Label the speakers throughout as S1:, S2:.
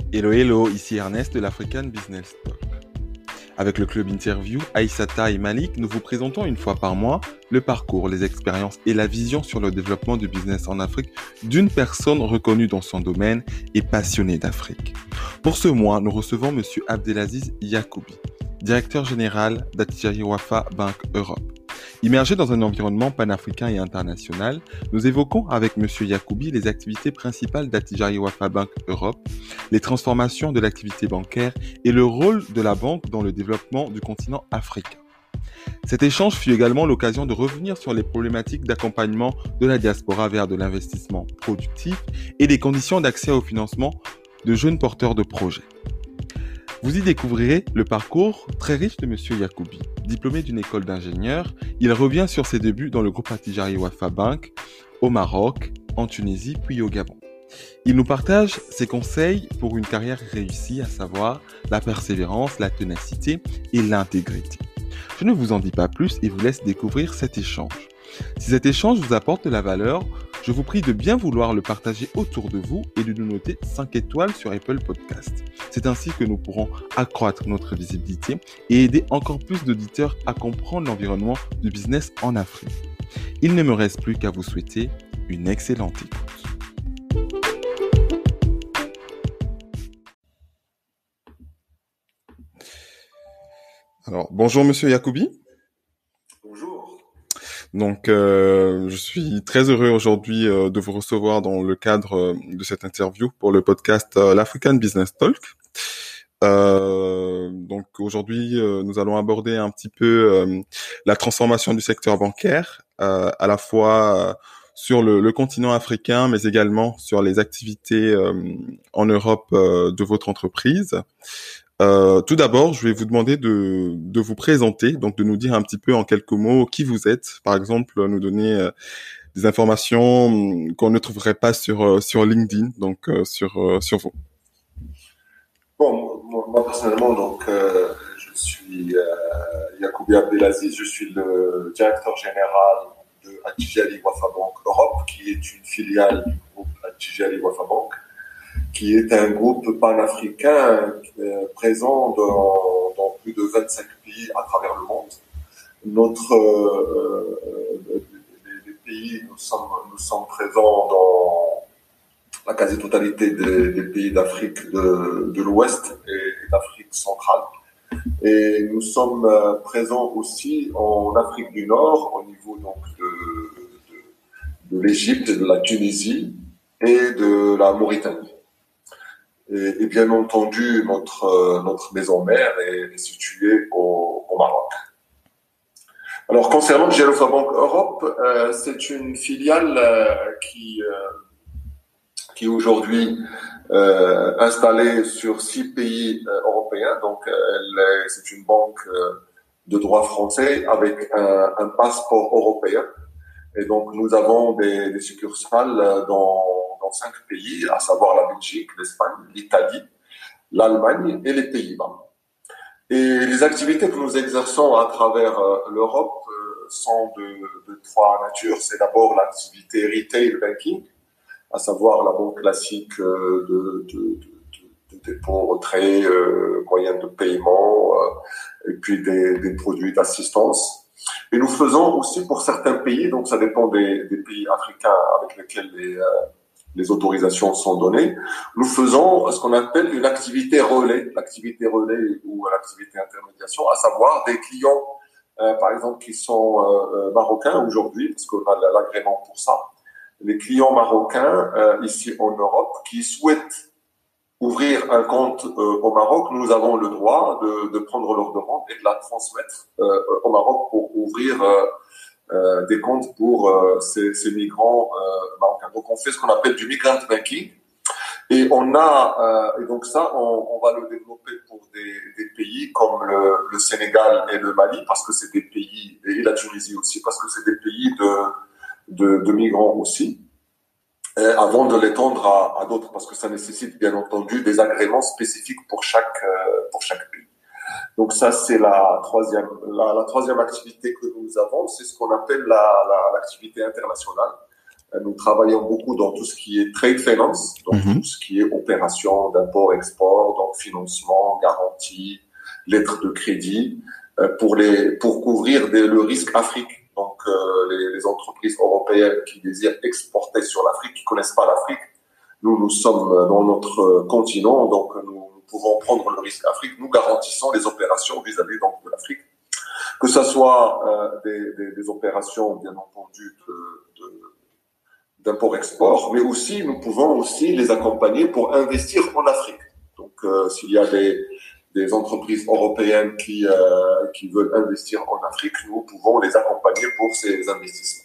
S1: Hello, hello, ici Ernest de l'African Business Talk. Avec le club Interview, Aïssata et Malik, nous vous présentons une fois par mois le parcours, les expériences et la vision sur le développement du business en Afrique d'une personne reconnue dans son domaine et passionnée d'Afrique. Pour ce mois, nous recevons M. Abdelaziz Yacoubi, directeur général d'Attijari Wafa Bank Europe. Immergé dans un environnement panafricain et international, nous évoquons avec M. Yacoubi les activités principales d'Attijari Wafa Bank Europe, les transformations de l'activité bancaire et le rôle de la banque dans le développement du continent africain. Cet échange fut également l'occasion de revenir sur les problématiques d'accompagnement de la diaspora vers de l'investissement productif et des conditions d'accès au financement de jeunes porteurs de projets. Vous y découvrirez le parcours très riche de M. Yacoubi. Diplômé d'une école d'ingénieur, il revient sur ses débuts dans le groupe Attijari Wafa Bank, au Maroc, en Tunisie, puis au Gabon. Il nous partage ses conseils pour une carrière réussie, à savoir la persévérance, la ténacité et l'intégrité. Je ne vous en dis pas plus et vous laisse découvrir cet échange. Si cet échange vous apporte de la valeur, je vous prie de bien vouloir le partager autour de vous et de nous noter 5 étoiles sur Apple Podcast. C'est ainsi que nous pourrons accroître notre visibilité et aider encore plus d'auditeurs à comprendre l'environnement du business en Afrique. Il ne me reste plus qu'à vous souhaiter une excellente écoute. Alors, bonjour Monsieur Yacoubi.
S2: Bonjour.
S1: Donc, je suis très heureux aujourd'hui de vous recevoir dans le cadre de cette interview pour le podcast l'African Business Talk. Donc aujourd'hui, nous allons aborder un petit peu la transformation du secteur bancaire, à la fois sur le continent africain, mais également sur les activités en Europe de votre entreprise. Tout d'abord, je vais vous demander de vous présenter, donc de nous dire un petit peu en quelques mots qui vous êtes. Par exemple, nous donner des informations qu'on ne trouverait pas sur LinkedIn, donc sur vous.
S2: Bon, moi personnellement, donc, je suis Yacoubi Abdelaziz, je suis le directeur général de Attijari Wafa Bank Europe, qui est une filiale du groupe Attijari Wafa Bank, qui est un groupe panafricain présent dans plus de 25 pays à travers le monde. Les pays, nous sommes présents dans la quasi-totalité des pays d'Afrique de l'Ouest et d'Afrique centrale. Et nous sommes présents aussi en Afrique du Nord, au niveau donc de l'Égypte, de la Tunisie et de la Mauritanie. Et bien entendu, notre maison mère est située au Maroc. Alors, concernant Attijari Wafa Bank Europe, c'est une filiale qui est aujourd'hui installée sur 6 pays européens. Donc, c'est une banque de droit français avec un passeport européen. Et donc, nous avons des succursales dans 5 pays, à savoir la Belgique, l'Espagne, l'Italie, l'Allemagne et les Pays-Bas. Et les activités que nous exerçons à travers l'Europe sont de 3 natures. C'est d'abord l'activité retail banking, à savoir la banque classique de dépôt, retrait, moyens de paiement, et puis des produits d'assistance. Et nous faisons aussi pour certains pays, donc ça dépend des pays africains avec lesquels les autorisations sont données, nous faisons ce qu'on appelle une activité relais ou l'activité intermédiation, à savoir des clients, par exemple, qui sont marocains aujourd'hui, parce qu'on a l'agrément pour ça. Les clients marocains ici en Europe qui souhaitent ouvrir un compte au Maroc, nous avons le droit de prendre leur demande et de la transmettre au Maroc pour ouvrir des comptes pour ces migrants marocains. Donc on fait ce qu'on appelle du migrant banking et et donc ça on va le développer pour des pays comme le Sénégal et le Mali, parce que c'est des pays, et la Tunisie aussi, parce que c'est des pays de migrants aussi, avant de l'étendre à d'autres, parce que ça nécessite bien entendu des agréments spécifiques pour chaque pays. Donc ça, c'est la troisième activité que nous avons, c'est ce qu'on appelle l'activité internationale. Nous travaillons beaucoup dans tout ce qui est trade finance, donc tout ce qui est opération d'import-export, donc financement, garantie, lettres de crédit, pour couvrir le risque Afrique. Donc les entreprises européennes qui désirent exporter sur l'Afrique, qui connaissent pas l'Afrique, nous sommes dans notre continent, donc nous pouvons prendre le risque Afrique. Nous garantissons les opérations vis-à-vis donc de l'Afrique, que ce soit des opérations bien entendu d'import-export, mais aussi nous pouvons aussi les accompagner pour investir en Afrique. Donc s'il y a des entreprises européennes qui veulent investir en Afrique, nous pouvons les accompagner pour ces investissements.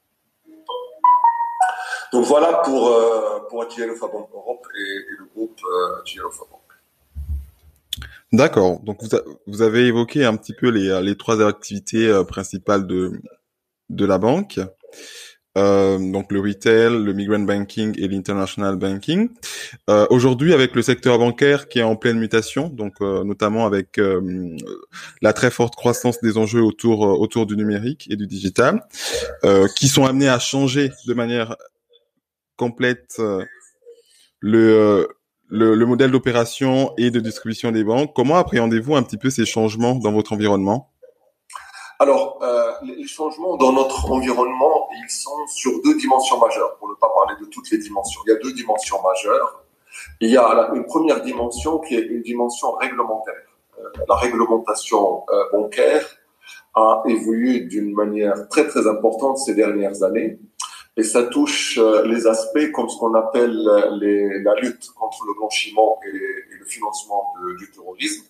S2: Donc voilà pour GLFA Bank Europe et le groupe GLFA Bank.
S1: D'accord. Donc vous avez évoqué un petit peu les trois activités principales de la banque. Donc le retail, le migrant banking et l'international banking. Aujourd'hui, avec le secteur bancaire qui est en pleine mutation, donc notamment avec la très forte croissance des enjeux autour du numérique et du digital, qui sont amenés à changer de manière complète le modèle d'opération et de distribution des banques. Comment appréhendez-vous un petit peu ces changements dans votre environnement?
S2: Alors, les changements dans notre environnement, ils sont sur deux dimensions majeures, pour ne pas parler de toutes les dimensions. Il y a deux dimensions majeures. Il y a une première dimension qui est une dimension réglementaire. La réglementation bancaire a évolué d'une manière très très importante ces dernières années, et ça touche les aspects comme ce qu'on appelle la lutte contre le blanchiment et le financement du terrorisme.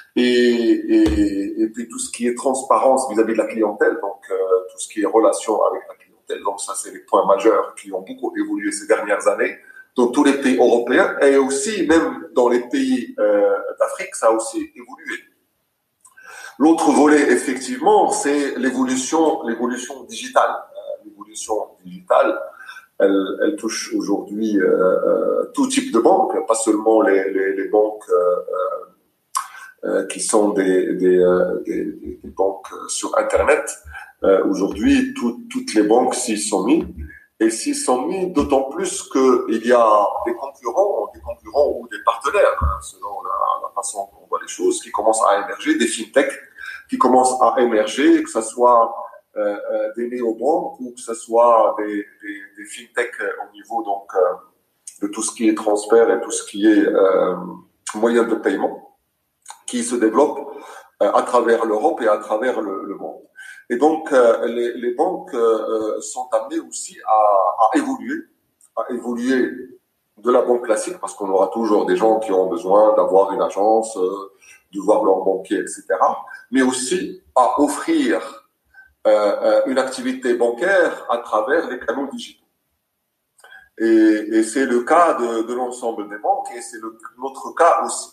S2: Et puis tout ce qui est transparence vis-à-vis de la clientèle, donc tout ce qui est relation avec la clientèle. Donc ça, c'est les points majeurs qui ont beaucoup évolué ces dernières années dans tous les pays européens, et aussi même dans les pays d'Afrique, ça a aussi évolué. L'autre volet, effectivement, c'est l'évolution digitale. L'évolution digitale, elle touche aujourd'hui tout type de banques, pas seulement les banques qui sont des banques sur Internet. Aujourd'hui, toutes les banques s'y sont mis, et s'y sont mis d'autant plus qu'il y a des concurrents ou des partenaires, selon la façon dont on voit les choses, qui commencent à émerger, des fintechs qui commencent à émerger, que ce soit des néobanques ou que ce soit des fintechs au niveau donc de tout ce qui est transfert et tout ce qui est moyen de paiement, qui se développent à travers l'Europe et à travers le monde. Et donc, les banques sont amenées aussi à évoluer de la banque classique, parce qu'on aura toujours des gens qui ont besoin d'avoir une agence, de voir leur banquier, etc., mais aussi à offrir une activité bancaire à travers les canaux digitaux. Et c'est le cas de l'ensemble des banques, et c'est notre cas aussi.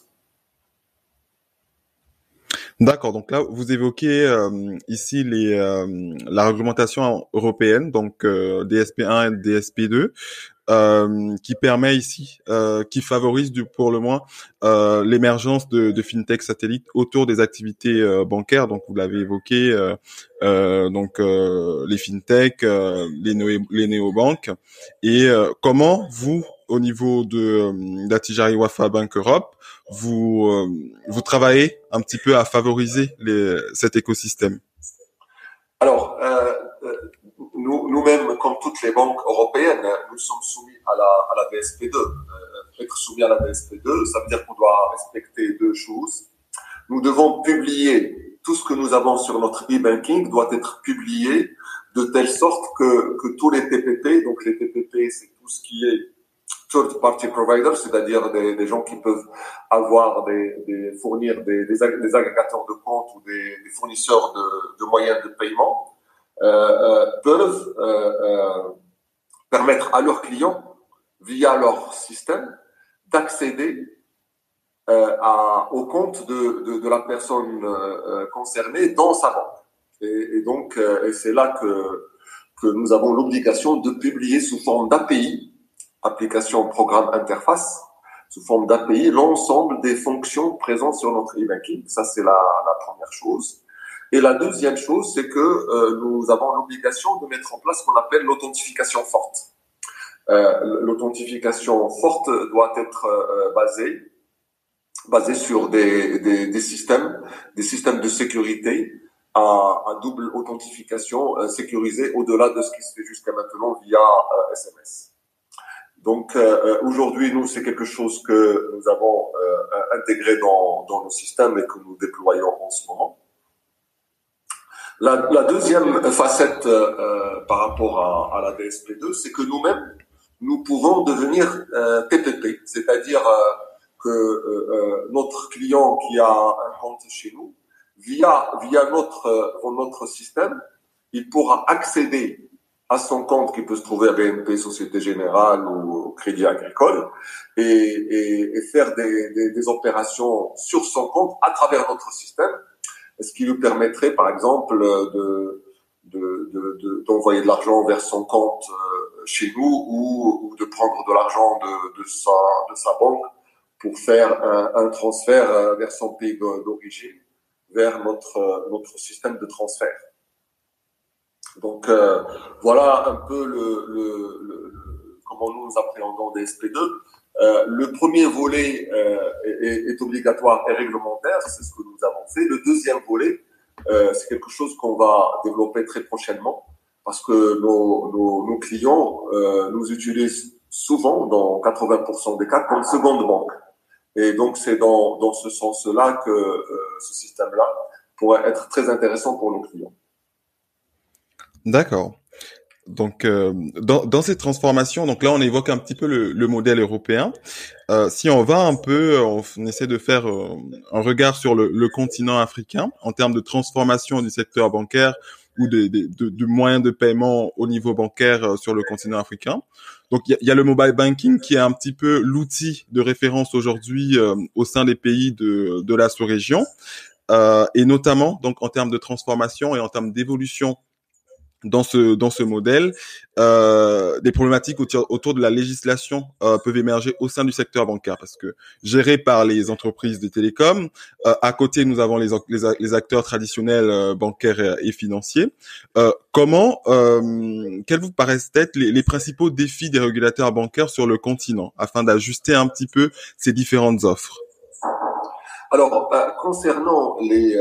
S1: D'accord. Donc là, vous évoquez ici la réglementation européenne, donc DSP1 et DSP2, qui permet ici, qui favorise pour le moins l'émergence de fintech satellites autour des activités bancaires. Donc vous l'avez évoqué, donc les fintech, les néobanques. Et comment vous, au niveau de d'Attijari Wafa Bank Europe, vous travaillez un petit peu à favoriser cet écosystème?
S2: Alors, nous-mêmes, comme toutes les banques européennes, nous sommes soumis à la DSP2. Être soumis à la DSP2, ça veut dire qu'on doit respecter deux choses. Nous devons publier tout ce que nous avons sur notre e-banking doit être publié de telle sorte que tous les TPP, donc les TPP, c'est tout ce qui est third party providers, c'est-à-dire des gens qui peuvent avoir fournir des agrégateurs de comptes ou des fournisseurs de moyens de paiement, peuvent permettre à leurs clients, via leur système, d'accéder au compte de la personne concernée dans sa banque. Et donc, c'est là que nous avons l'obligation de publier sous forme d'API, application programme interface, sous forme d'API, l'ensemble des fonctions présentes sur notre e-banking. Ça, c'est la première chose. Et la deuxième chose, c'est que nous avons l'obligation de mettre en place ce qu'on appelle l'authentification forte. L'authentification forte doit être basée sur des systèmes de sécurité à double authentification sécurisée au-delà de ce qui se fait jusqu'à maintenant via SMS. Donc aujourd'hui, nous, c'est quelque chose que nous avons intégré dans nos systèmes et que nous déployons en ce moment. La deuxième facette par rapport à la DSP2, c'est que nous-mêmes, nous pouvons devenir TPP, c'est-à-dire que notre client qui a un compte chez nous, via notre système, il pourra accéder à son compte qui peut se trouver à BNP, Société Générale ou Crédit Agricole et faire des opérations sur son compte à travers notre système, ce qui lui permettrait, par exemple, d'envoyer de l'argent vers son compte chez nous ou de prendre de l'argent de sa banque pour faire un transfert vers son pays d'origine, vers notre système de transfert. Donc voilà un peu comment nous appréhendons DSP2. Le premier volet est obligatoire et réglementaire, c'est ce que nous avons fait. Le deuxième volet, c'est quelque chose qu'on va développer très prochainement parce que nos clients nous utilisent souvent, dans 80% des cas, comme seconde banque. Et donc c'est dans ce sens-là que ce système-là pourrait être très intéressant pour nos clients.
S1: D'accord. Donc, dans cette transformation, donc là, on évoque un petit peu le modèle européen. Si on va un peu, on essaie de faire un regard sur le continent africain en termes de transformation du secteur bancaire ou de moyens de paiement au niveau bancaire sur le continent africain. Donc, il y a le mobile banking qui est un petit peu l'outil de référence aujourd'hui au sein des pays de la sous-région, et notamment donc en termes de transformation et en termes d'évolution dans ce modèle, des problématiques autour de la législation peuvent émerger au sein du secteur bancaire parce que géré par les entreprises de télécom, à côté nous avons les acteurs traditionnels bancaires et financiers. Quels vous paraissent être les principaux défis des régulateurs bancaires sur le continent afin d'ajuster un petit peu ces différentes offres?
S2: Alors, concernant les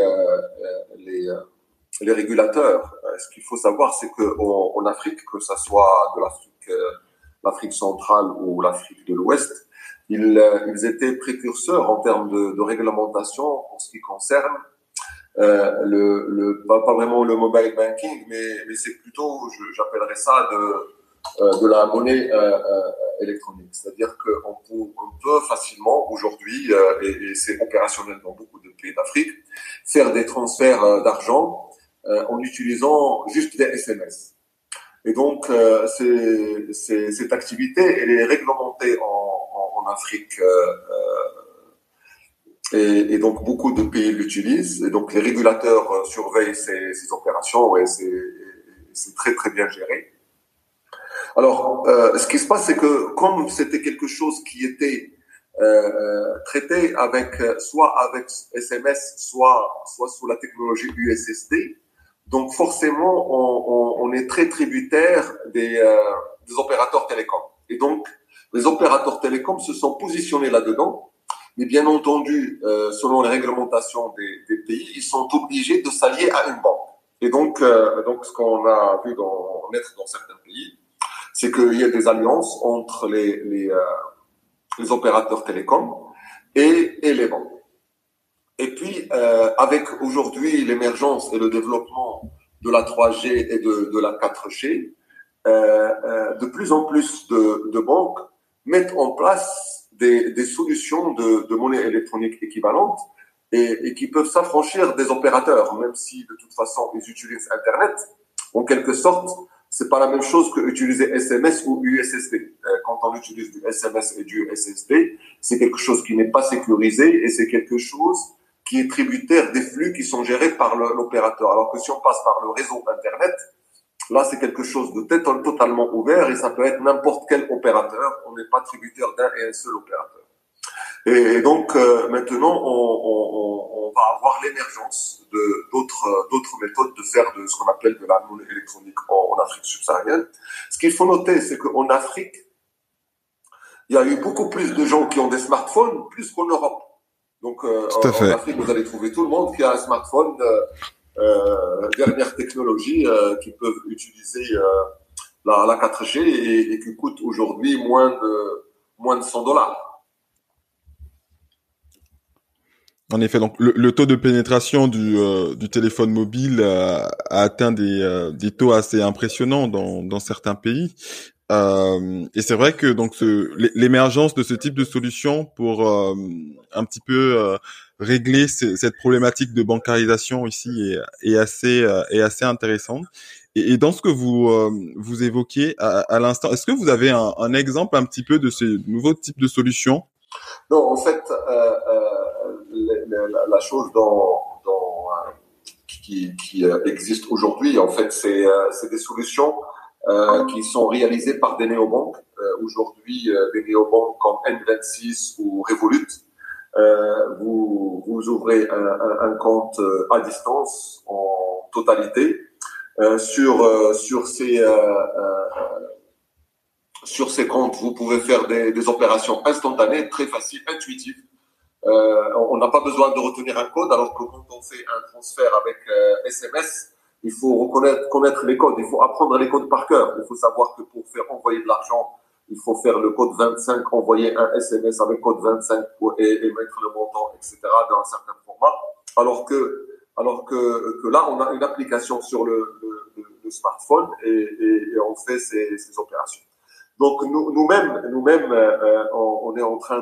S2: régulateurs, ce qu'il faut savoir, c'est qu'en Afrique, que ce soit de l'Afrique centrale ou l'Afrique de l'Ouest, ils étaient précurseurs en termes de réglementation en ce qui concerne pas vraiment le mobile banking, mais c'est plutôt, j'appellerais ça de la monnaie électronique. C'est-à-dire qu'on peut facilement aujourd'hui, et c'est opérationnel dans beaucoup de pays d'Afrique, faire des transferts d'argent en utilisant juste des SMS. Et donc, cette activité, elle est réglementée en Afrique et donc beaucoup de pays l'utilisent. Et donc, les régulateurs surveillent ces opérations et c'est très, très bien géré. Alors, ce qui se passe, c'est que comme c'était quelque chose qui était traité soit avec SMS, soit sous la technologie USSD, donc forcément, on est très tributaire des opérateurs télécoms. Et donc, les opérateurs télécoms se sont positionnés là-dedans. Mais bien entendu, selon les réglementations des pays, ils sont obligés de s'allier à une banque. Et donc ce qu'on a vu naître dans certains pays, c'est qu'il y a des alliances entre les opérateurs télécoms et les banques. Et puis, avec aujourd'hui l'émergence et le développement de la 3G et de la 4G, de plus en plus de banques mettent en place des solutions de monnaie électronique équivalentes et qui peuvent s'affranchir des opérateurs, même si de toute façon ils utilisent Internet. En quelque sorte, c'est pas la même chose que utiliser SMS ou USSD. Quand on utilise du SMS et du SSD, c'est quelque chose qui n'est pas sécurisé et c'est quelque chose qui est tributaire des flux qui sont gérés par l'opérateur. Alors que si on passe par le réseau Internet, là, c'est quelque chose de totalement ouvert et ça peut être n'importe quel opérateur. On n'est pas tributaire d'un et un seul opérateur. Et donc maintenant, on va avoir l'émergence de d'autres méthodes de faire de ce qu'on appelle de la monnaie électronique en Afrique subsaharienne. Ce qu'il faut noter, c'est qu'en Afrique, il y a eu beaucoup plus de gens qui ont des smartphones, plus qu'en Europe. Donc
S1: Tout à
S2: en
S1: fait.
S2: Afrique, vous allez trouver tout le monde qui a un smartphone, dernière technologie, qui peuvent utiliser la 4G et qui coûte aujourd'hui moins de $100.
S1: En effet, donc le taux de pénétration du téléphone mobile a atteint des taux assez impressionnants dans certains pays. Et c'est vrai que donc l'émergence de ce type de solution pour un petit peu régler cette problématique de bancarisation ici est assez intéressante. Et dans ce que vous évoquez à l'instant, est-ce que vous avez un exemple un petit peu de ce nouveau type de solution?
S2: Non, en fait, la chose qui existe aujourd'hui, en fait, c'est des solutions qui sont réalisées par des néobanques. Aujourd'hui, des néobanques comme N26 ou Revolut, vous ouvrez un compte à distance en totalité sur ces comptes. Vous pouvez faire des opérations instantanées, très faciles, intuitives. On n'a pas besoin de retenir un code, alors que quand on fait un transfert avec SMS, il faut connaître les codes, il faut apprendre les codes par cœur. Il faut savoir que pour faire envoyer de l'argent, il faut faire le code 25, envoyer un SMS avec code 25 et mettre le montant, etc., dans un certain format. Alors que là, on a une application sur le smartphone et on fait ces opérations. Donc nous-mêmes, on est en train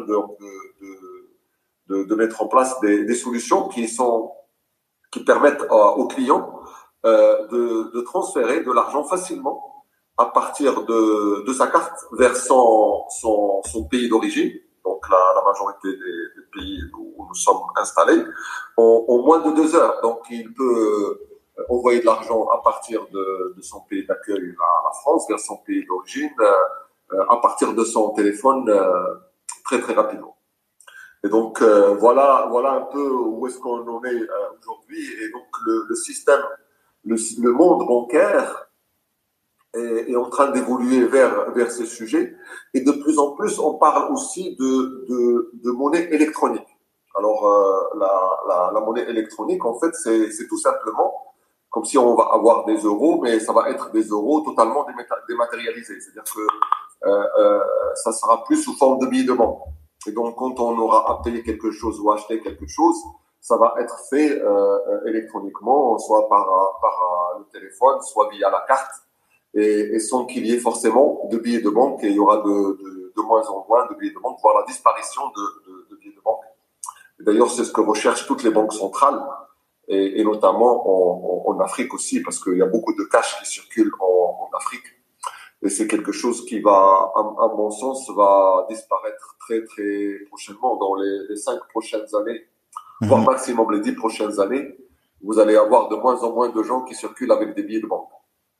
S2: de mettre en place des solutions qui permettent aux clients de transférer de l'argent facilement à partir de sa carte vers son pays d'origine, donc la majorité des pays où nous sommes installés, en moins de 2 heures. Donc il peut envoyer de l'argent à partir de son pays d'accueil, la France, vers son pays d'origine, à partir de son téléphone, très très rapidement. Et donc voilà un peu où est-ce qu'on en est aujourd'hui. Et donc le système, le monde bancaire est en train d'évoluer vers ces sujets. Et de plus en plus, on parle aussi de monnaie électronique. Alors la monnaie électronique, en fait, c'est tout simplement comme si on va avoir des euros, mais ça va être des euros totalement dématérialisés. C'est-à-dire que ça sera plus sous forme de billets de banque. Et donc, quand on aura à payer quelque chose ou acheter quelque chose, ça va être fait électroniquement, soit par le téléphone, soit via la carte, et sans qu'il y ait forcément de billets de banque. Et il y aura de moins en moins de billets de banque, voire la disparition de billets de banque. Et d'ailleurs, c'est ce que recherchent toutes les banques centrales, et notamment en Afrique aussi, parce qu'il y a beaucoup de cash qui circulent en Afrique. Et c'est quelque chose qui va, à mon sens, va disparaître très, très prochainement, dans les 5 prochaines années, voire
S1: Mhm.
S2: maximum les 10 prochaines années. Vous allez avoir de moins en moins de gens qui circulent avec des billets de banque.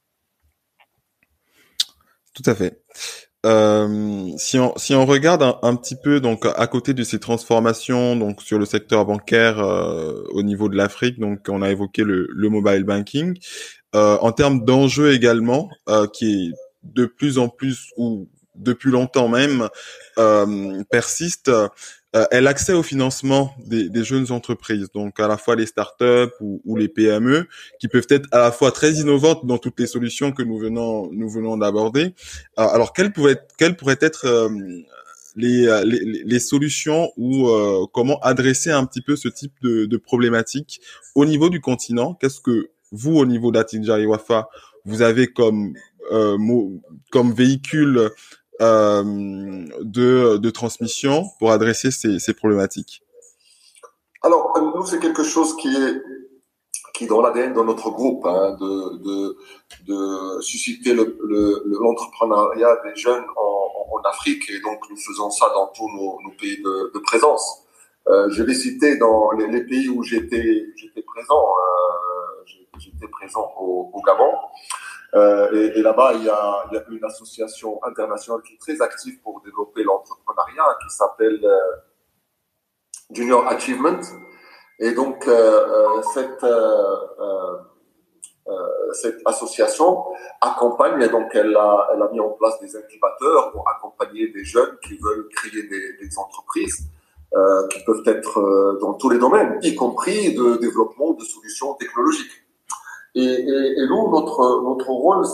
S1: Tout à fait. Si on regarde un petit peu donc à côté de ces transformations donc sur le secteur bancaire au niveau de l'Afrique, donc on a évoqué le mobile banking en termes d'enjeux également qui est de plus en plus ou depuis longtemps même persiste est l'accès au financement des jeunes entreprises, donc à la fois les startups ou les PME qui peuvent être à la fois très innovantes dans toutes les solutions que nous venons d'aborder. Alors, quelles pourraient être les solutions ou comment adresser un petit peu ce type de problématique au niveau du continent? Qu'est-ce que vous, au niveau d'Attijari Wafa, vous avez comme véhicule de transmission pour adresser ces problématiques?
S2: Alors, nous, c'est quelque chose qui est dans l'ADN de notre groupe, hein, de susciter l'entrepreneuriat des jeunes en Afrique, et donc nous faisons ça dans tous nos pays de présence. Je vais citer dans les pays où j'étais présent. J'étais présent au Gabon, et là-bas il y a une association internationale qui est très active pour développer l'entrepreneuriat, qui s'appelle Junior Achievement. Et donc, cette association accompagne, donc elle a mis en place des incubateurs pour accompagner des jeunes qui veulent créer des entreprises qui peuvent être dans tous les domaines, y compris de développement de solutions technologiques. Et nous, notre rôle,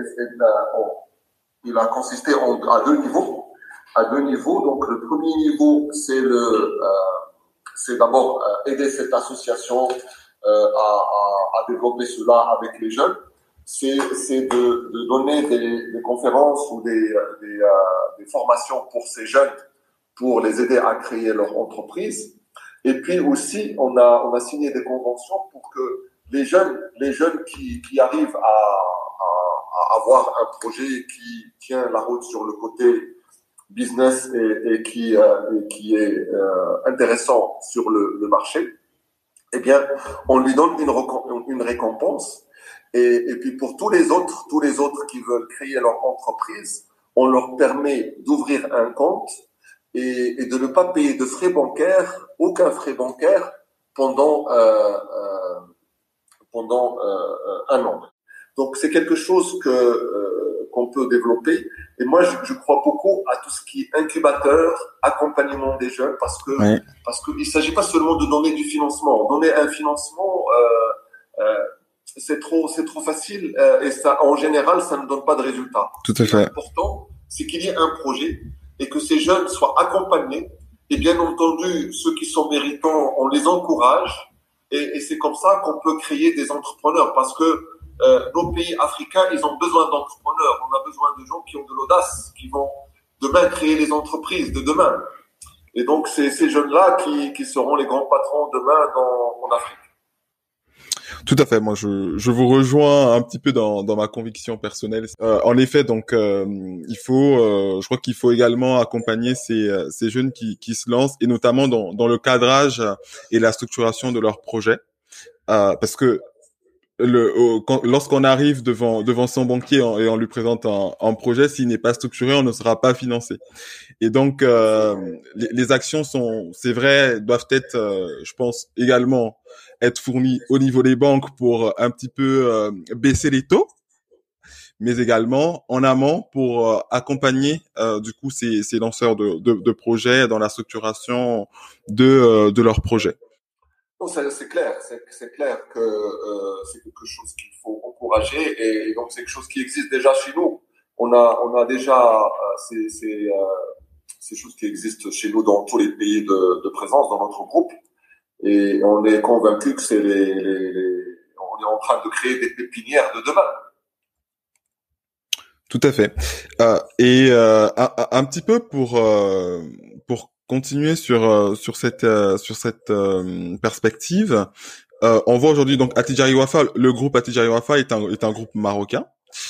S2: il a consisté à deux niveaux. À deux niveaux. Donc, le premier niveau, c'est d'abord aider cette association à développer cela avec les jeunes. C'est de donner des conférences ou des formations pour ces jeunes pour les aider à créer leur entreprise. Et puis aussi, on a signé des conventions pour que les jeunes qui arrivent à avoir un projet qui tient la route sur le côté business et qui est intéressant sur le marché, eh bien, on lui donne une récompense. Et puis pour tous les autres qui veulent créer leur entreprise, on leur permet d'ouvrir un compte et de ne pas payer de frais bancaires, aucun frais bancaire pendant un an. Donc c'est quelque chose qu'on peut développer. Et moi, je crois beaucoup à tout ce qui est incubateur, accompagnement des jeunes, parce qu'il s'agit pas seulement de donner du financement. Donner un financement, c'est trop facile et ça, en général, ça ne donne pas de résultat.
S1: Tout à fait.
S2: L'important, c'est qu'il y ait un projet et que ces jeunes soient accompagnés. Et bien entendu, ceux qui sont méritants, on les encourage. Et c'est comme ça qu'on peut créer des entrepreneurs, parce que nos pays africains, ils ont besoin d'entrepreneurs. On a besoin de gens qui ont de l'audace, qui vont demain créer les entreprises de demain. Et donc, c'est ces jeunes-là qui seront les grands patrons demain en Afrique.
S1: Tout à fait. Moi, je vous rejoins un petit peu dans ma conviction personnelle. En effet, donc, je crois qu'il faut également accompagner ces jeunes qui se lancent, et notamment dans le cadrage et la structuration de leurs projets, parce que lorsqu'on arrive devant son banquier et on lui présente un projet, s'il n'est pas structuré, on ne sera pas financé. Et donc, les actions c'est vrai, doivent être, je pense, également être fournies au niveau des banques pour un petit peu baisser les taux, mais également en amont pour accompagner du coup ces lanceurs de projets dans la structuration de leurs projets.
S2: Non, c'est clair que c'est quelque chose qu'il faut encourager, et donc c'est quelque chose qui existe déjà chez nous. On a déjà ces choses qui existent chez nous dans tous les pays de présence dans notre groupe, et on est convaincu que on est en train de créer des pépinières de demain.
S1: Tout à fait. Un petit peu pour continuer sur cette perspective, on voit aujourd'hui donc Attijari Wafa, le groupe Attijari Wafa est un groupe marocain,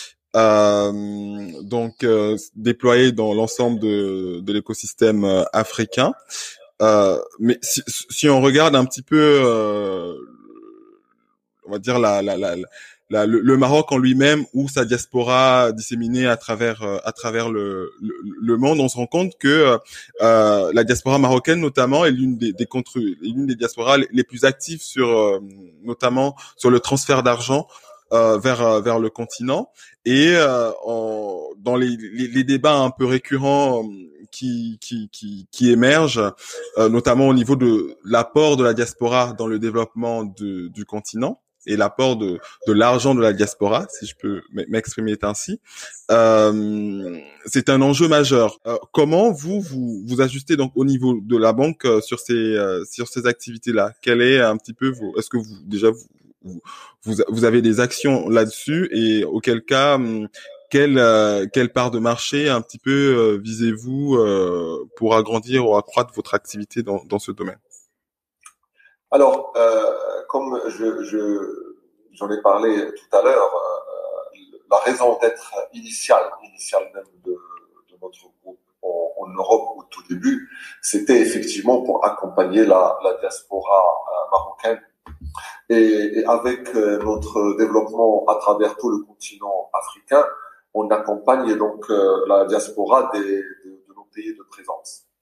S1: déployé dans l'ensemble de l'écosystème africain. Mais si on regarde un petit peu, on va dire le Maroc en lui-même ou sa diaspora disséminée à travers le monde, on se rend compte que la diaspora marocaine notamment est l'une des diasporas les plus actives sur notamment sur le transfert d'argent vers le continent, et dans les débats un peu récurrents qui émergent, notamment au niveau de l'apport de la diaspora dans le développement du continent et l'apport de l'argent de la diaspora, si je peux m'exprimer ainsi, c'est un enjeu majeur. Comment vous ajustez donc au niveau de la banque sur ces activités-là? Quel est un petit peu est-ce que vous avez des actions là-dessus, et auquel cas quelle part de marché un petit peu visez-vous pour agrandir ou accroître votre activité dans ce domaine?
S2: Alors, comme j'en ai parlé tout à l'heure, la raison d'être initiale même de notre groupe en Europe au tout début, c'était effectivement pour accompagner la diaspora marocaine. Et avec notre développement à travers tout le continent africain, on accompagne donc la diaspora de nos pays de présence.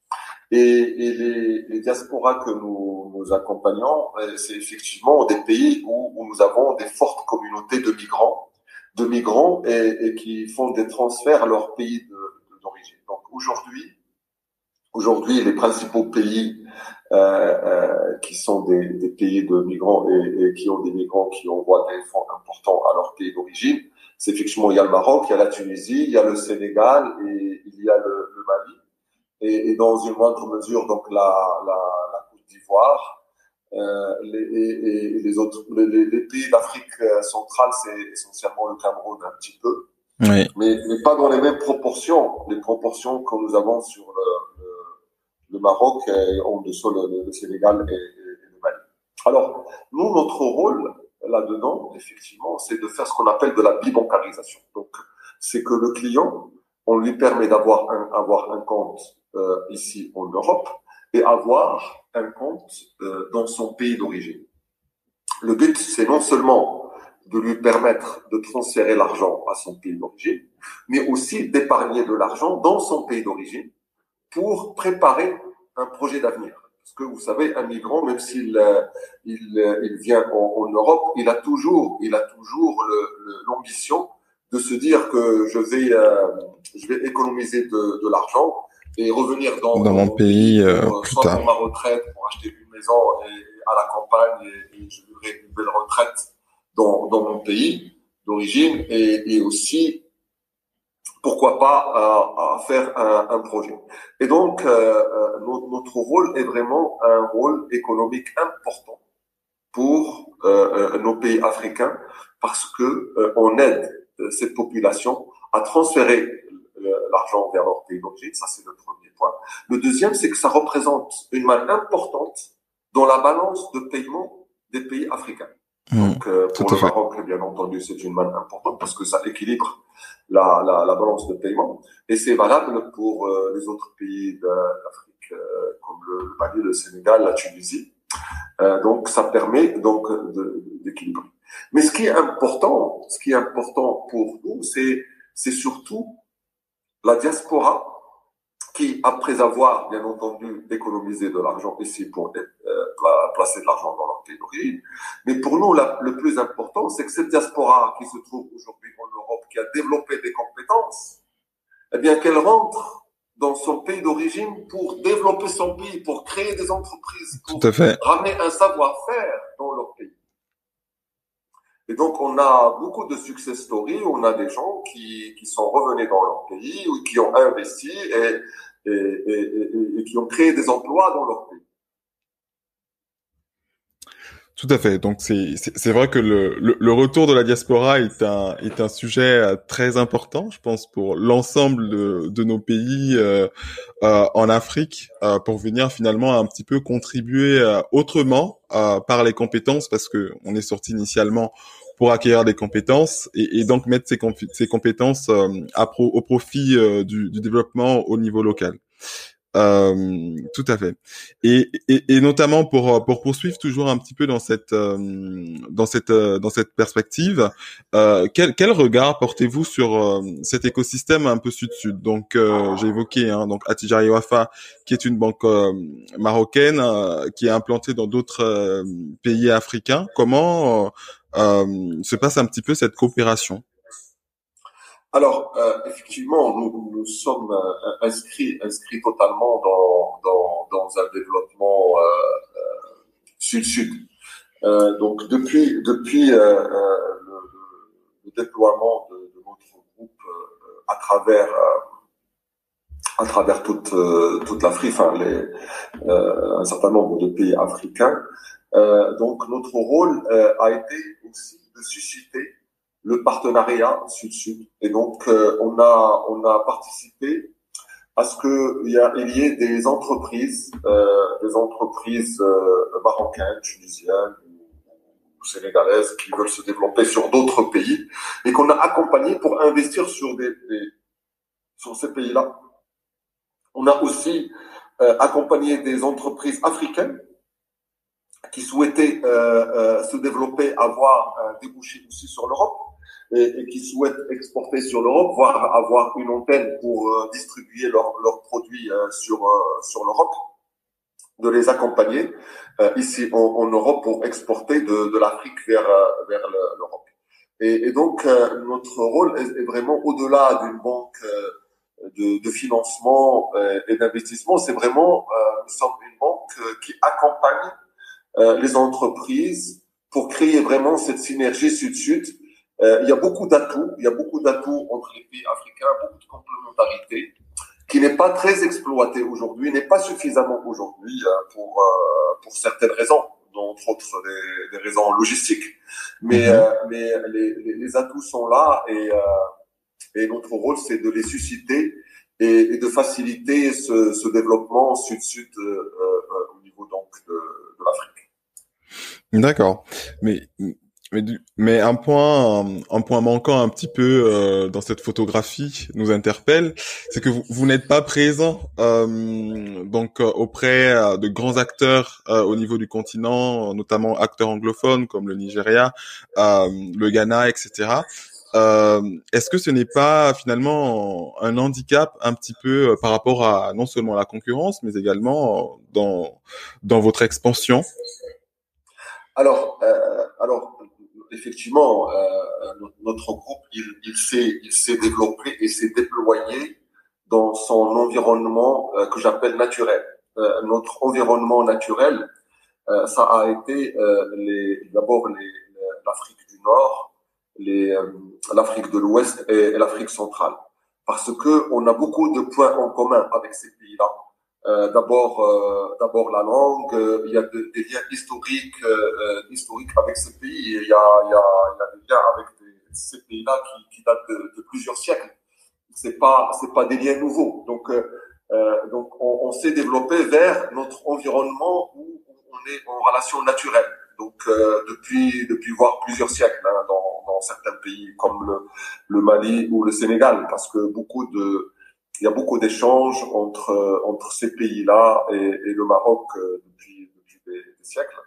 S2: Et les diasporas que nous accompagnons, c'est effectivement des pays où nous avons des fortes communautés de migrants et qui font des transferts à leur pays d'origine. Donc aujourd'hui, les principaux pays qui sont des pays de migrants et qui ont des migrants qui envoient des fonds importants à leur pays d'origine, c'est effectivement, il y a le Maroc, il y a la Tunisie, il y a le Sénégal et il y a le Mali. Et dans une moindre mesure, donc la Côte d'Ivoire, et les autres, les pays d'Afrique centrale, c'est essentiellement le Cameroun un petit peu,
S1: Oui.
S2: mais pas dans les mêmes proportions, les proportions que nous avons sur le Maroc et en dessous le Sénégal et le Mali. Alors, nous, notre rôle là-dedans, effectivement, c'est de faire ce qu'on appelle de la bibancarisation. Donc, c'est que le client, on lui permet avoir un compte ici en Europe et avoir un compte dans son pays d'origine. Le but, c'est non seulement de lui permettre de transférer l'argent à son pays d'origine, mais aussi d'épargner de l'argent dans son pays d'origine pour préparer un projet d'avenir. Parce que vous savez, un migrant, même s'il il vient en Europe, il a toujours l'ambition de se dire que je vais économiser de l'argent et revenir dans
S1: mon pays plus
S2: soit
S1: tard.
S2: pour ma retraite, pour acheter une maison à la campagne et je vivrai une belle retraite dans mon pays d'origine et aussi pourquoi pas à faire un projet. Et donc, notre rôle est vraiment un rôle économique important pour nos pays africains parce que on aide cette population à transférer l'argent vers leur pays d'origine. Ça, c'est le premier point. Le deuxième, c'est que ça représente une manne importante dans la balance de paiement des pays africains. Donc, pour le Maroc, bien entendu, c'est une manne importante parce que ça équilibre la balance de paiement. Et c'est valable pour les autres pays d'Afrique, comme le Mali, le Sénégal, la Tunisie. Donc, ça permet donc d'équilibrer. Mais ce qui est important pour nous, c'est surtout la diaspora qui, après avoir, bien entendu, économisé de l'argent ici pour placer de l'argent dans leur pays d'origine, mais pour nous, le plus important, c'est que cette diaspora qui se trouve aujourd'hui en Europe, qui a développé des compétences, eh bien, qu'elle rentre dans son pays d'origine pour développer son pays, pour créer des entreprises, pour ramener un savoir-faire dans leur pays. Et donc, on a beaucoup de success stories, on a des gens qui sont revenus dans leur pays, ou qui ont investi et qui ont créé des emplois dans leur pays.
S1: Tout à fait. Donc c'est vrai que le retour de la diaspora est un sujet très important, je pense, pour l'ensemble de nos pays en Afrique, pour venir finalement un petit peu contribuer autrement par les compétences, parce que on est sorti initialement pour acquérir des compétences et donc mettre ces compétences au profit du développement au niveau local. Tout à fait. Et notamment pour poursuivre toujours un petit peu dans cette perspective, quel regard portez-vous sur cet écosystème un peu sud-sud? Donc j'ai évoqué donc Attijari Wafa, qui est une banque marocaine qui est implantée dans d'autres pays africains. Comment se passe un petit peu cette coopération?
S2: Alors, effectivement, nous sommes inscrits totalement dans un développement sud-sud. Donc, depuis le déploiement de notre groupe à travers toute l'Afrique, enfin un certain nombre de pays africains, donc notre rôle a été aussi de susciter le partenariat sud-sud. Et donc, on a participé à ce qu'il y ait des entreprises marocaines, tunisiennes ou sénégalaises qui veulent se développer sur d'autres pays et qu'on a accompagné pour investir sur ces pays-là. On a aussi accompagné des entreprises africaines qui souhaitaient se développer, avoir un débouché aussi sur l'Europe et qui souhaitent exporter sur l'Europe, voire avoir une antenne pour distribuer leurs produits sur l'Europe, de les accompagner ici en Europe pour exporter de l'Afrique vers l'Europe. Et donc, notre rôle est vraiment au-delà d'une banque de financement et d'investissement. C'est vraiment, nous sommes une banque qui accompagne les entreprises pour créer vraiment cette synergie sud-sud. Il y a beaucoup d'atouts, entre les pays africains, beaucoup de complémentarité qui n'est pas très exploité aujourd'hui, n'est pas suffisamment aujourd'hui pour certaines raisons, entre autres des raisons logistiques. Mais les atouts sont là et notre rôle c'est de les susciter et de faciliter ce développement sud-sud au niveau donc de l'Afrique.
S1: D'accord. Mais mais un point manquant un petit peu dans cette photographie nous interpelle, c'est que vous n'êtes pas présent donc auprès de grands acteurs au niveau du continent, notamment acteurs anglophones comme le Nigeria, le Ghana, etc. Est-ce que ce n'est pas finalement un handicap un petit peu par rapport à non seulement la concurrence, mais également dans votre expansion?
S2: Alors, effectivement, notre groupe, il s'est développé et s'est déployé dans son environnement que j'appelle naturel. Notre environnement naturel, ça a été d'abord l'Afrique du Nord, l'Afrique de l'Ouest et l'Afrique centrale, parce que on a beaucoup de points en commun avec ces pays-là. D'abord la langue, il y a des liens historiques avec ces pays. Il y a des liens avec ces pays-là qui datent de plusieurs siècles. C'est pas des liens nouveaux. Donc on s'est développé vers notre environnement où on est en relation naturelle. Donc depuis voire plusieurs siècles dans certains pays comme le Mali ou le Sénégal, parce que il y a beaucoup d'échanges entre ces pays-là et le Maroc depuis des siècles.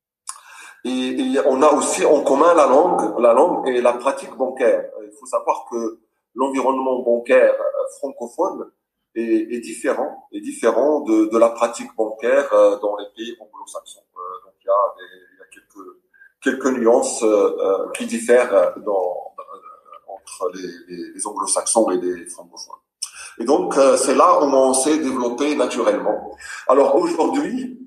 S2: Et on a aussi en commun la langue et la pratique bancaire. Il faut savoir que l'environnement bancaire francophone est différent de la pratique bancaire dans les pays anglo-saxons. Donc il y a quelques nuances qui diffèrent entre les anglo-saxons et les francophones. Et donc, c'est là où on s'est développé naturellement. Alors aujourd'hui,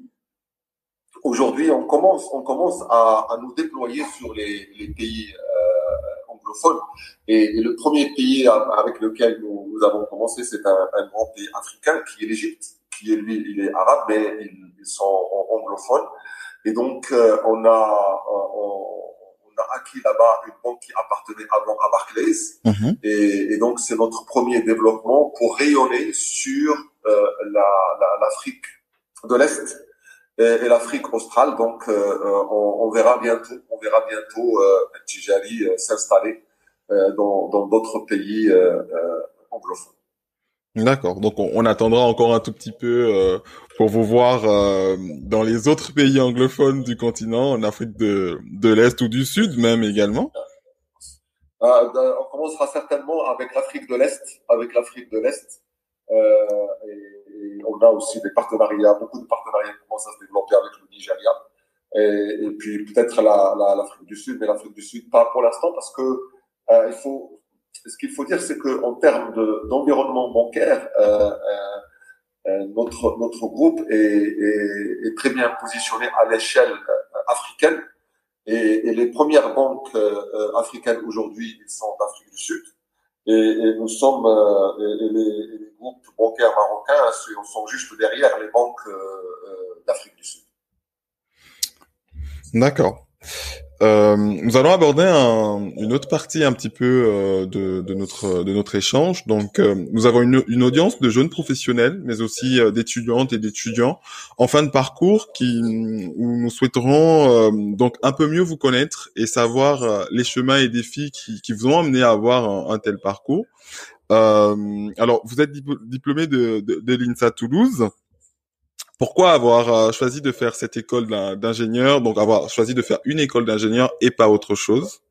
S2: on commence à nous déployer sur les pays anglophones. Et le premier pays avec lequel nous avons commencé, c'est un grand pays africain qui est l'Égypte, qui est lui, il est arabe, mais ils sont anglophones. Et donc, on a acquis là-bas une banque qui appartenait avant à Barclays.
S1: Mhm.
S2: Et donc, c'est notre premier développement pour rayonner sur l'Afrique de l'Est et l'Afrique australe. Donc, on verra bientôt Tijari s'installer dans d'autres pays anglophones.
S1: D'accord. Donc on attendra encore un tout petit peu pour vous voir dans les autres pays anglophones du continent, en Afrique de l'Est ou du Sud même également.
S2: On commencera certainement avec l'Afrique de l'Est, et on a aussi beaucoup de partenariats qui commencent à se développer avec le Nigeria, et puis peut-être l'Afrique du Sud, mais l'Afrique du Sud pas pour l'instant parce que ce qu'il faut dire, c'est que en termes d'environnement bancaire, notre groupe est très bien positionné à l'échelle africaine. Et les premières banques africaines aujourd'hui, ils sont d'Afrique du Sud. Et nous sommes, et les groupes bancaires marocains sont juste derrière les banques d'Afrique du Sud.
S1: D'accord. Nous allons aborder une autre partie un petit peu de notre échange. Donc, nous avons une audience de jeunes professionnels, mais aussi d'étudiantes et d'étudiants en fin de parcours où nous souhaiterons donc un peu mieux vous connaître et savoir les chemins et défis qui vous ont amené à avoir un tel parcours. Alors, vous êtes diplômé de l'INSA Toulouse. Pourquoi avoir choisi de faire cette école d'ingénieur, donc avoir choisi de faire une école d'ingénieur et pas autre chose?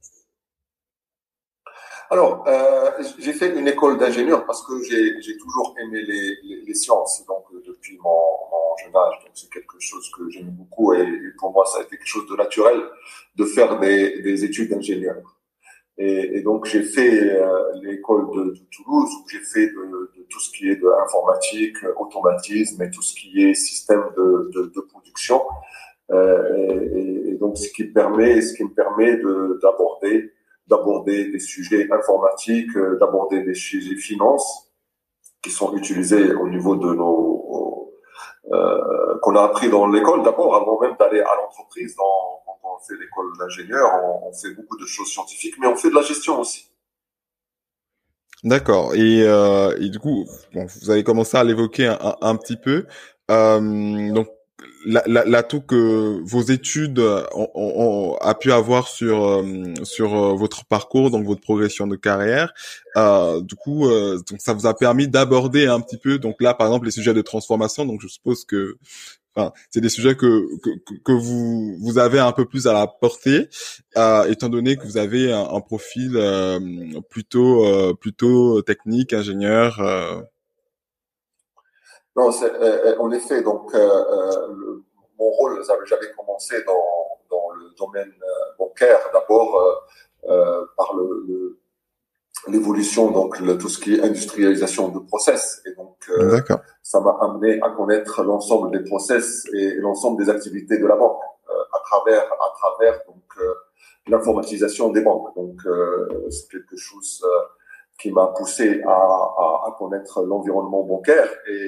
S2: Alors, j'ai fait une école d'ingénieur parce que j'ai toujours aimé les sciences, donc depuis mon jeune âge. Donc, c'est quelque chose que j'aime beaucoup et pour moi, ça a été quelque chose de naturel de faire des études d'ingénieur. Et donc, j'ai fait l'école de Toulouse où j'ai fait de tout ce qui est de informatique, automatisme et tout ce qui est système de production. Et donc, ce qui me permet d'aborder des sujets informatiques, d'aborder des sujets finances qui sont utilisés au niveau de nos qu'on a appris dans l'école d'abord avant même d'aller à l'entreprise. Quand on fait l'école d'ingénieur, on fait beaucoup de choses scientifiques, mais on fait de la gestion aussi.
S1: D'accord. Et du coup, bon, vous avez commencé à l'évoquer un petit peu. Donc, l'atout que vos études a pu avoir sur votre parcours, donc votre progression de carrière, du coup, donc ça vous a permis d'aborder un petit peu, donc là, par exemple, les sujets de transformation. Donc, je suppose que enfin, c'est des sujets que vous avez un peu plus à la portée, étant donné que vous avez un profil plutôt technique, ingénieur.
S2: Non, en effet, donc mon rôle, j'avais commencé dans le domaine bancaire d'abord par l'évolution, donc tout ce qui est industrialisation de process. Et donc,
S1: D'accord.
S2: ça m'a amené à connaître l'ensemble des process et l'ensemble des activités de la banque à travers donc l'informatisation des banques. Donc, c'est quelque chose qui m'a poussé à connaître l'environnement bancaire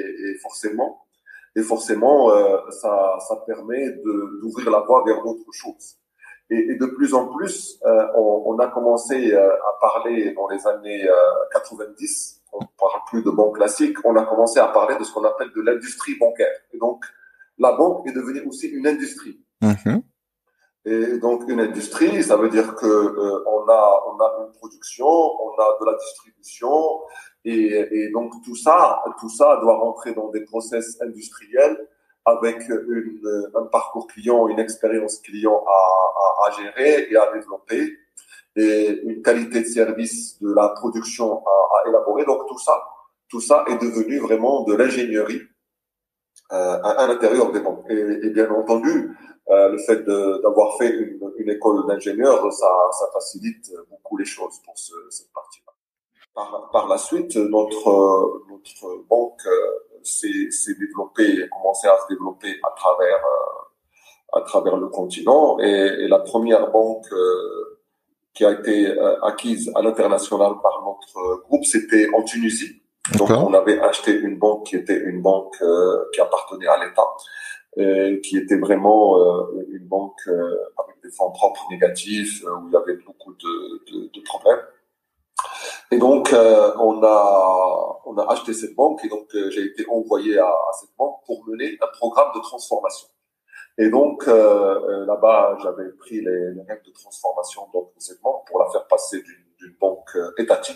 S2: et forcément, ça permet d'ouvrir la voie vers d'autres choses. Et de plus en plus, on a commencé à parler dans les années 90, on ne parle plus de banque classique, on a commencé à parler de ce qu'on appelle de l'industrie bancaire. Et donc, la banque est devenue aussi une industrie.
S1: Mhm.
S2: Et donc, une industrie, ça veut dire que on a une production, on a de la distribution, et donc tout ça doit rentrer dans des process industriels avec un parcours client, une expérience client à gérer et à développer, et une qualité de service de la production à élaborer. Donc, tout ça est devenu vraiment de l'ingénierie à l'intérieur des banques. Et bien entendu, le fait d'avoir fait une école d'ingénieur, ça facilite beaucoup les choses pour cette partie-là. Par la suite, notre banque s'est développée, a commencé à se développer à travers le continent. Et la première banque qui a été acquise à l'international par notre groupe, c'était en Tunisie. Donc,
S1: D'accord.
S2: on avait acheté une banque qui était une banque qui appartenait à l'État, qui était vraiment une banque avec des fonds propres négatifs, où il y avait beaucoup de problèmes. Et donc, on a acheté cette banque et donc j'ai été envoyé à cette banque pour mener un programme de transformation. Et donc, là-bas, j'avais pris les règles de transformation donc, de cette banque pour la faire passer d'une banque étatique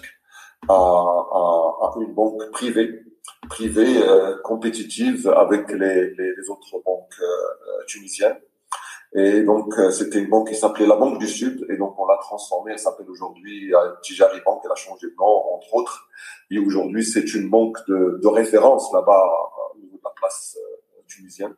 S2: à une banque privée compétitive avec les autres banques tunisiennes. Et donc, c'était une banque qui s'appelait la Banque du Sud. Et donc, on l'a transformée. Elle s'appelle aujourd'hui Tijari Bank. Elle a changé de nom, entre autres. Et aujourd'hui, c'est une banque de référence là-bas au niveau de la place tunisienne.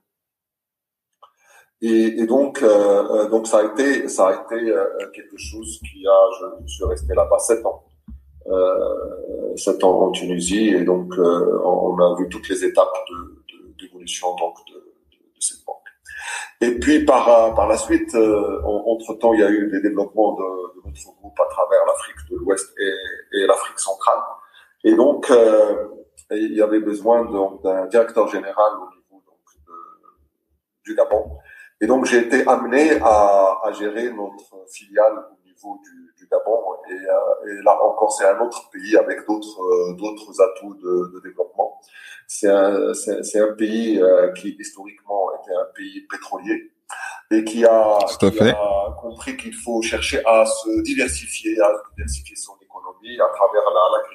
S2: Et donc ça a été quelque chose je suis resté là-bas 7 ans. 7 ans en Tunisie et donc on a vu toutes les étapes d'évolution donc de cette banque. Et puis par la suite, entre-temps, il y a eu des développements de notre groupe à travers l'Afrique de l'Ouest et l'Afrique centrale. Et donc il y avait besoin d'un directeur général au niveau du Gabon. Et donc j'ai été amené à gérer notre filiale au niveau du Gabon. Et là encore, c'est un autre pays avec d'autres atouts de développement. C'est un pays qui historiquement était un pays pétrolier et
S1: Tout à fait.
S2: a compris qu'il faut chercher à diversifier son économie à travers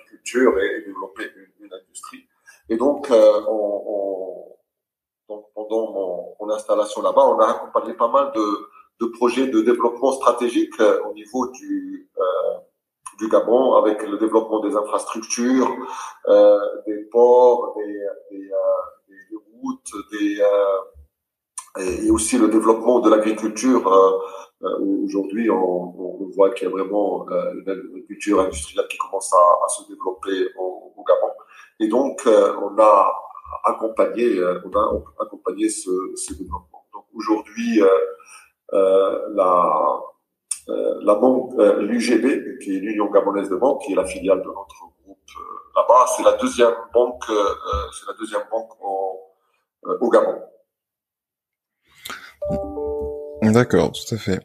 S2: l'agriculture et développer une industrie. Et donc, donc pendant mon installation là-bas, on a accompagné pas mal de projets de développement stratégique au niveau du Gabon, avec le développement des infrastructures, des ports, des routes, et aussi le développement de l'agriculture. Où aujourd'hui, on voit qu'il y a vraiment une agriculture industrielle qui commence à se développer au Gabon. Et donc, on a accompagné ce développement. Donc aujourd'hui, la banque, l'UGB, qui est l'Union gabonaise de banque, qui est la filiale de notre groupe là-bas, c'est la deuxième banque au Gabon.
S1: D'accord, tout à fait.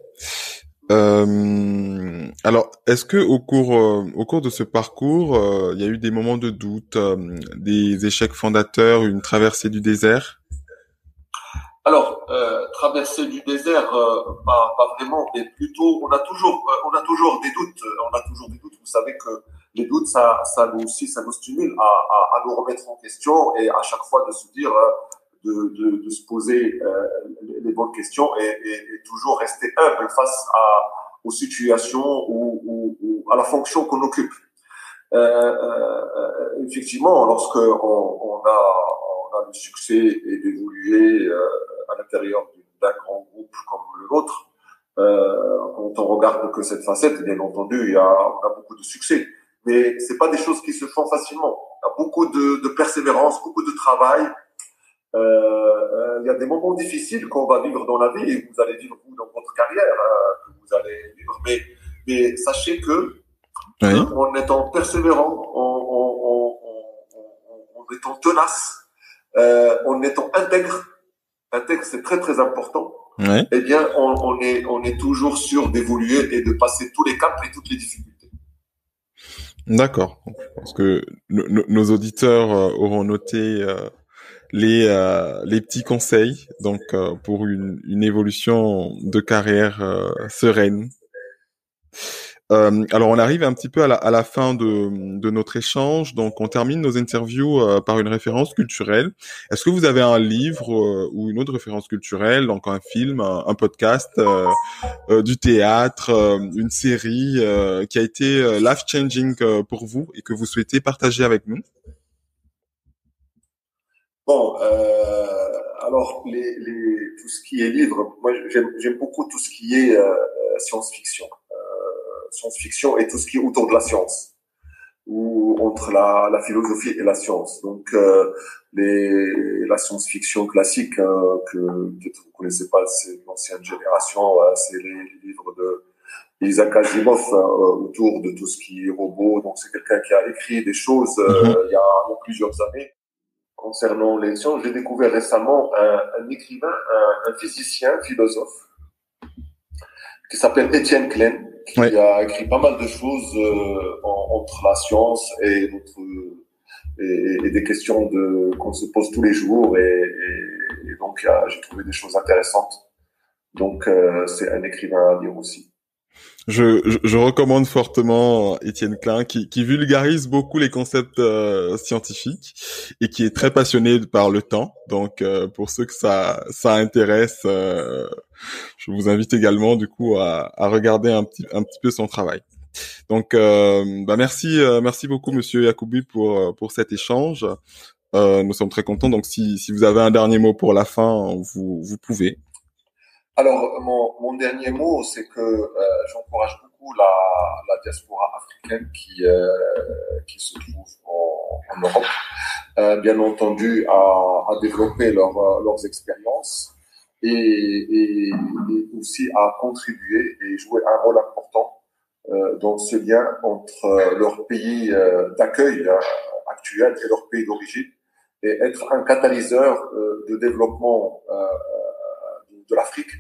S1: Alors, est-ce que au cours de ce parcours, il y a eu des moments de doute, des échecs fondateurs, une traversée du désert?
S2: Alors, traversée du désert, pas vraiment, mais plutôt, on a toujours des doutes. On a toujours des doutes. Vous savez que les doutes, ça nous stimule à nous remettre en question et à chaque fois de se dire, de se poser les bonnes questions et toujours rester humble face aux situations ou à la fonction qu'on occupe. Effectivement, lorsque on a le succès et d'évoluer à l'intérieur d'un grand groupe comme le nôtre, quand on regarde que cette facette, bien entendu, on a beaucoup de succès. Mais c'est pas des choses qui se font facilement. Il y a beaucoup de persévérance, beaucoup de travail. Il y a des moments difficiles qu'on va vivre dans la vie et vous allez vivre vous dans votre carrière, que vous allez vivre. Mais sachez que
S1: Oui.
S2: en étant persévérant, en étant tenace, en étant intègre c'est très très important.
S1: Oui.
S2: Eh bien, on est toujours sûr d'évoluer et de passer tous les caps et toutes les difficultés.
S1: D'accord. Je pense que nos auditeurs auront noté les petits conseils, donc pour une évolution de carrière sereine. Alors on arrive un petit peu à la fin de notre échange, donc on termine nos interviews par une référence culturelle. Est-ce que vous avez un livre ou une autre référence culturelle, donc un film, un podcast, du théâtre, une série qui a été life-changing pour vous et que vous souhaitez partager avec nous?
S2: Bon, alors tout ce qui est livre, moi j'aime beaucoup tout ce qui est science-fiction, science-fiction et tout ce qui est autour de la science, ou entre la philosophie et la science. Donc la science-fiction classique que peut-être vous connaissez pas, c'est l'ancienne génération, c'est les livres de Isaac Asimov autour de tout ce qui est robot. Donc c'est quelqu'un qui a écrit des choses il y a plusieurs années concernant les sciences. J'ai découvert récemment un écrivain, un physicien, philosophe, qui s'appelle Étienne Klein, qui a écrit pas mal de choses entre la science et des questions qu'on se pose tous les jours. Et donc, j'ai trouvé des choses intéressantes. Donc, c'est un écrivain à lire aussi.
S1: Je recommande fortement Étienne Klein qui vulgarise beaucoup les concepts scientifiques et qui est très passionné par le temps. Donc pour ceux que ça intéresse, je vous invite également du coup à regarder un petit peu son travail. Donc merci beaucoup Monsieur Yacoubi pour cet échange. Nous sommes très contents. Donc si vous avez un dernier mot pour la fin, vous pouvez.
S2: Alors, mon dernier mot, c'est que j'encourage beaucoup la diaspora africaine qui se trouve en Europe, bien entendu, à développer leurs expériences et aussi à contribuer et jouer un rôle important dans ce lien entre leur pays d'accueil actuel et leur pays d'origine et être un catalyseur de développement de l'Afrique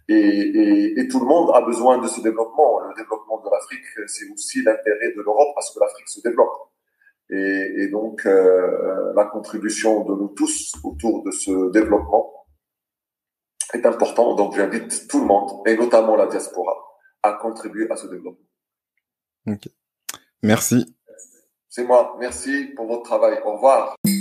S2: et tout le monde a besoin de ce développement. Le développement de l'Afrique, c'est aussi l'intérêt de l'Europe parce que l'Afrique se développe. Et donc, la contribution de nous tous autour de ce développement est importante. Donc, j'invite tout le monde, et notamment la diaspora, à contribuer à ce développement.
S1: Okay. Merci.
S2: C'est moi. Merci pour votre travail. Au revoir.